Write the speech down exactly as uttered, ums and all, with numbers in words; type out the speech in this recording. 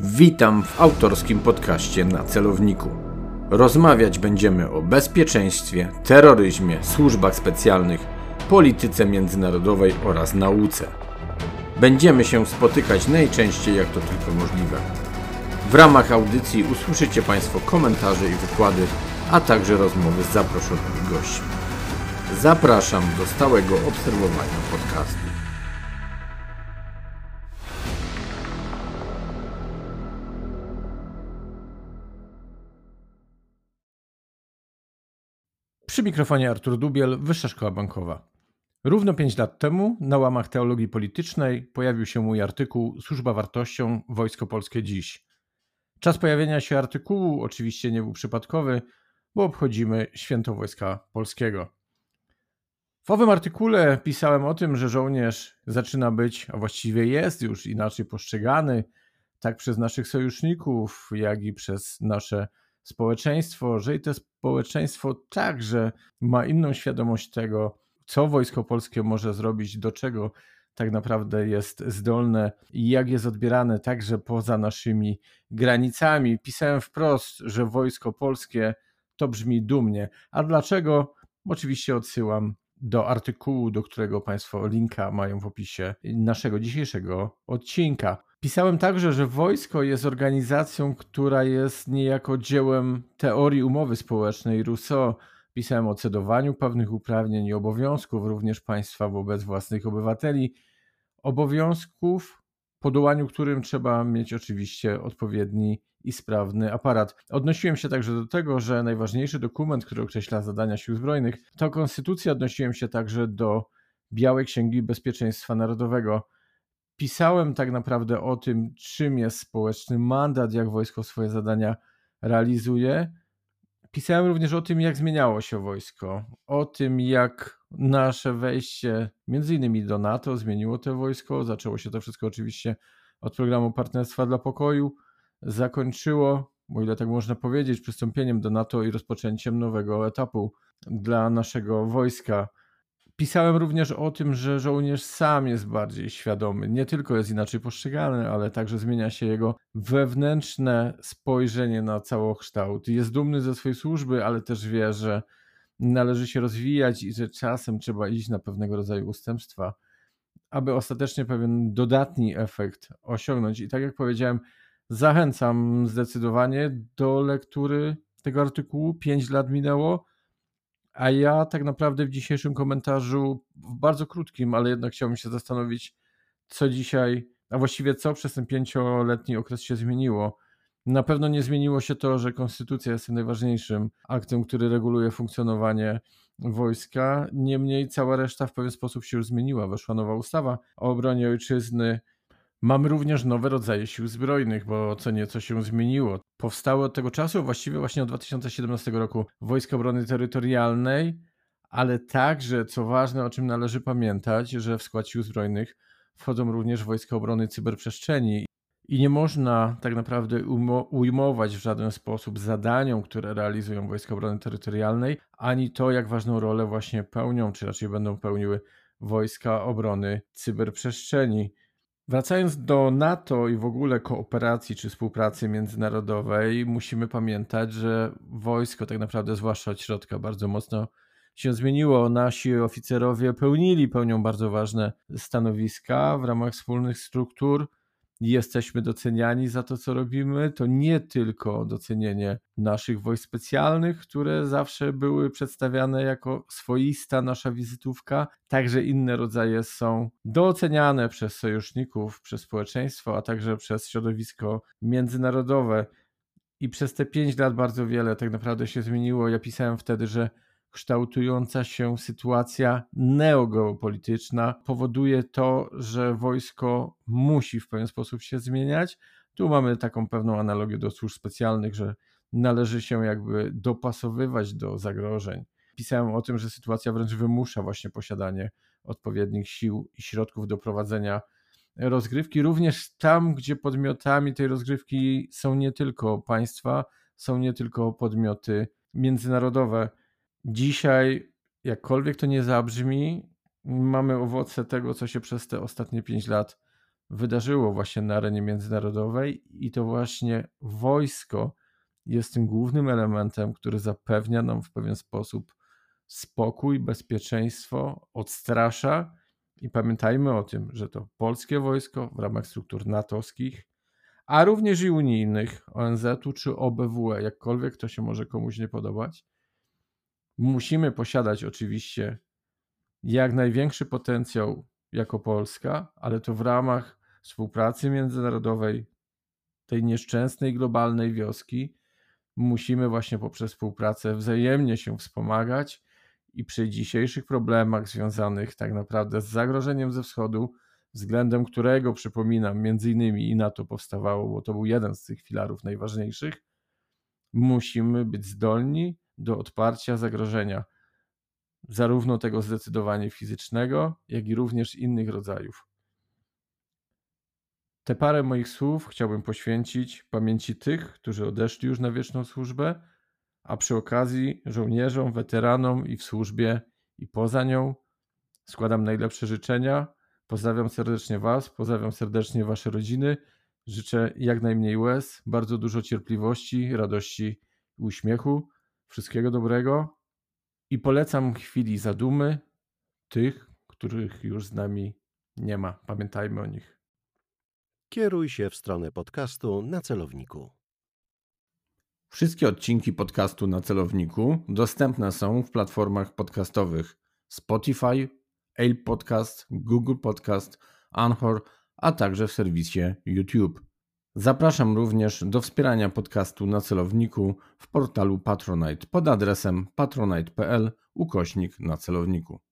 Witam w autorskim podcaście Na Celowniku. Rozmawiać będziemy o bezpieczeństwie, terroryzmie, służbach specjalnych, polityce międzynarodowej oraz nauce. Będziemy się spotykać najczęściej jak to tylko możliwe. W ramach audycji usłyszycie Państwo komentarze i wykłady, a także rozmowy z zaproszonymi gośćmi. Zapraszam do stałego obserwowania podcastu. Przy mikrofonie Artur Dubiel, Wyższa Szkoła Bankowa. Równo pięć lat temu na łamach teologii politycznej pojawił się mój artykuł Służba wartościom, Wojsko Polskie dziś. Czas pojawienia się artykułu oczywiście nie był przypadkowy, bo obchodzimy Święto Wojska Polskiego. W owym artykule pisałem o tym, że żołnierz zaczyna być, a właściwie jest już inaczej postrzegany, tak przez naszych sojuszników, jak i przez nasze społeczeństwo, że i to społeczeństwo także ma inną świadomość tego, co Wojsko Polskie może zrobić, do czego tak naprawdę jest zdolne i jak jest odbierane także poza naszymi granicami. Pisałem wprost, że Wojsko Polskie to brzmi dumnie. A dlaczego? Oczywiście odsyłam do artykułu, do którego Państwo linka mają w opisie naszego dzisiejszego odcinka. Pisałem także, że wojsko jest organizacją, która jest niejako dziełem teorii umowy społecznej Rousseau. Pisałem o cedowaniu pewnych uprawnień i obowiązków również państwa wobec własnych obywateli. Obowiązków, po dołaniu którym trzeba mieć oczywiście odpowiedni i sprawny aparat. Odnosiłem się także do tego, że najważniejszy dokument, który określa zadania Sił Zbrojnych, to konstytucja. Odnosiłem się także do Białej Księgi Bezpieczeństwa Narodowego. Pisałem tak naprawdę o tym, czym jest społeczny mandat, jak wojsko swoje zadania realizuje. Pisałem również o tym, jak zmieniało się wojsko, o tym, jak nasze wejście między innymi do NATO zmieniło to wojsko. Zaczęło się to wszystko oczywiście od programu Partnerstwa dla Pokoju. Zakończyło, o ile tak można powiedzieć, przystąpieniem do NATO i rozpoczęciem nowego etapu dla naszego wojska. Pisałem również o tym, że żołnierz sam jest bardziej świadomy, nie tylko jest inaczej postrzegany, ale także zmienia się jego wewnętrzne spojrzenie na całokształt. Jest dumny ze swojej służby, ale też wie, że należy się rozwijać i że czasem trzeba iść na pewnego rodzaju ustępstwa, aby ostatecznie pewien dodatni efekt osiągnąć. I tak jak powiedziałem, zachęcam zdecydowanie do lektury tego artykułu. Pięć lat minęło. A ja tak naprawdę w dzisiejszym komentarzu, w bardzo krótkim, ale jednak chciałbym się zastanowić, co dzisiaj, a właściwie co przez ten pięcioletni okres się zmieniło. Na pewno nie zmieniło się to, że konstytucja jest tym najważniejszym aktem, który reguluje funkcjonowanie wojska. Niemniej cała reszta w pewien sposób się już zmieniła. Weszła nowa ustawa o obronie ojczyzny. Mamy również nowe rodzaje sił zbrojnych, bo co nieco się zmieniło. Powstały od tego czasu, właściwie właśnie od dwa tysiące siedemnastego roku, Wojska Obrony Terytorialnej, ale także, co ważne, o czym należy pamiętać, że w skład sił zbrojnych wchodzą również Wojska Obrony Cyberprzestrzeni. I nie można tak naprawdę umo- ujmować w żaden sposób zadaniom, które realizują Wojska Obrony Terytorialnej, ani to, jak ważną rolę właśnie pełnią, czy raczej będą pełniły Wojska Obrony Cyberprzestrzeni. Wracając do NATO i w ogóle kooperacji czy współpracy międzynarodowej, musimy pamiętać, że wojsko tak naprawdę, zwłaszcza od środka, bardzo mocno się zmieniło. Nasi oficerowie pełnili, pełnią bardzo ważne stanowiska w ramach wspólnych struktur. Jesteśmy doceniani za to, co robimy. To nie tylko docenienie naszych wojsk specjalnych, które zawsze były przedstawiane jako swoista nasza wizytówka. Także inne rodzaje są doceniane przez sojuszników, przez społeczeństwo, a także przez środowisko międzynarodowe. I przez te pięć lat bardzo wiele tak naprawdę się zmieniło. Ja pisałem wtedy, że kształtująca się sytuacja neogeopolityczna powoduje to, że wojsko musi w pewien sposób się zmieniać. Tu mamy taką pewną analogię do służb specjalnych, że należy się jakby dopasowywać do zagrożeń. Pisałem o tym, że sytuacja wręcz wymusza właśnie posiadanie odpowiednich sił i środków do prowadzenia rozgrywki, również tam, gdzie podmiotami tej rozgrywki są nie tylko państwa, są nie tylko podmioty międzynarodowe. Dzisiaj, jakkolwiek to nie zabrzmi, mamy owoce tego, co się przez te ostatnie pięć lat wydarzyło właśnie na arenie międzynarodowej i to właśnie wojsko jest tym głównym elementem, który zapewnia nam w pewien sposób spokój, bezpieczeństwo, odstrasza i pamiętajmy o tym, że to polskie wojsko w ramach struktur natowskich, a również i unijnych, O N Z-u czy O B W E, jakkolwiek to się może komuś nie podobać, musimy posiadać oczywiście jak największy potencjał jako Polska, ale to w ramach współpracy międzynarodowej, tej nieszczęsnej globalnej wioski, musimy właśnie poprzez współpracę wzajemnie się wspomagać i przy dzisiejszych problemach związanych tak naprawdę z zagrożeniem ze wschodu, względem którego, przypominam, między innymi i NATO powstawało, bo to był jeden z tych filarów najważniejszych, musimy być zdolni do odparcia zagrożenia, zarówno tego zdecydowanie fizycznego, jak i również innych rodzajów. Te parę moich słów chciałbym poświęcić pamięci tych, którzy odeszli już na wieczną służbę, a przy okazji żołnierzom, weteranom i w służbie, i poza nią składam najlepsze życzenia. Pozdrawiam serdecznie Was, pozdrawiam serdecznie Wasze rodziny. Życzę jak najmniej łez, bardzo dużo cierpliwości, radości i uśmiechu. Wszystkiego dobrego i polecam chwili zadumy tych, których już z nami nie ma. Pamiętajmy o nich. Kieruj się w stronę podcastu na celowniku. Wszystkie odcinki podcastu na celowniku dostępne są w platformach podcastowych Spotify, Apple Podcast, Google Podcast, Anchor, a także w serwisie YouTube. Zapraszam również do wspierania podcastu na celowniku w portalu Patronite pod adresem patronite kropka pl ukośnik na celowniku.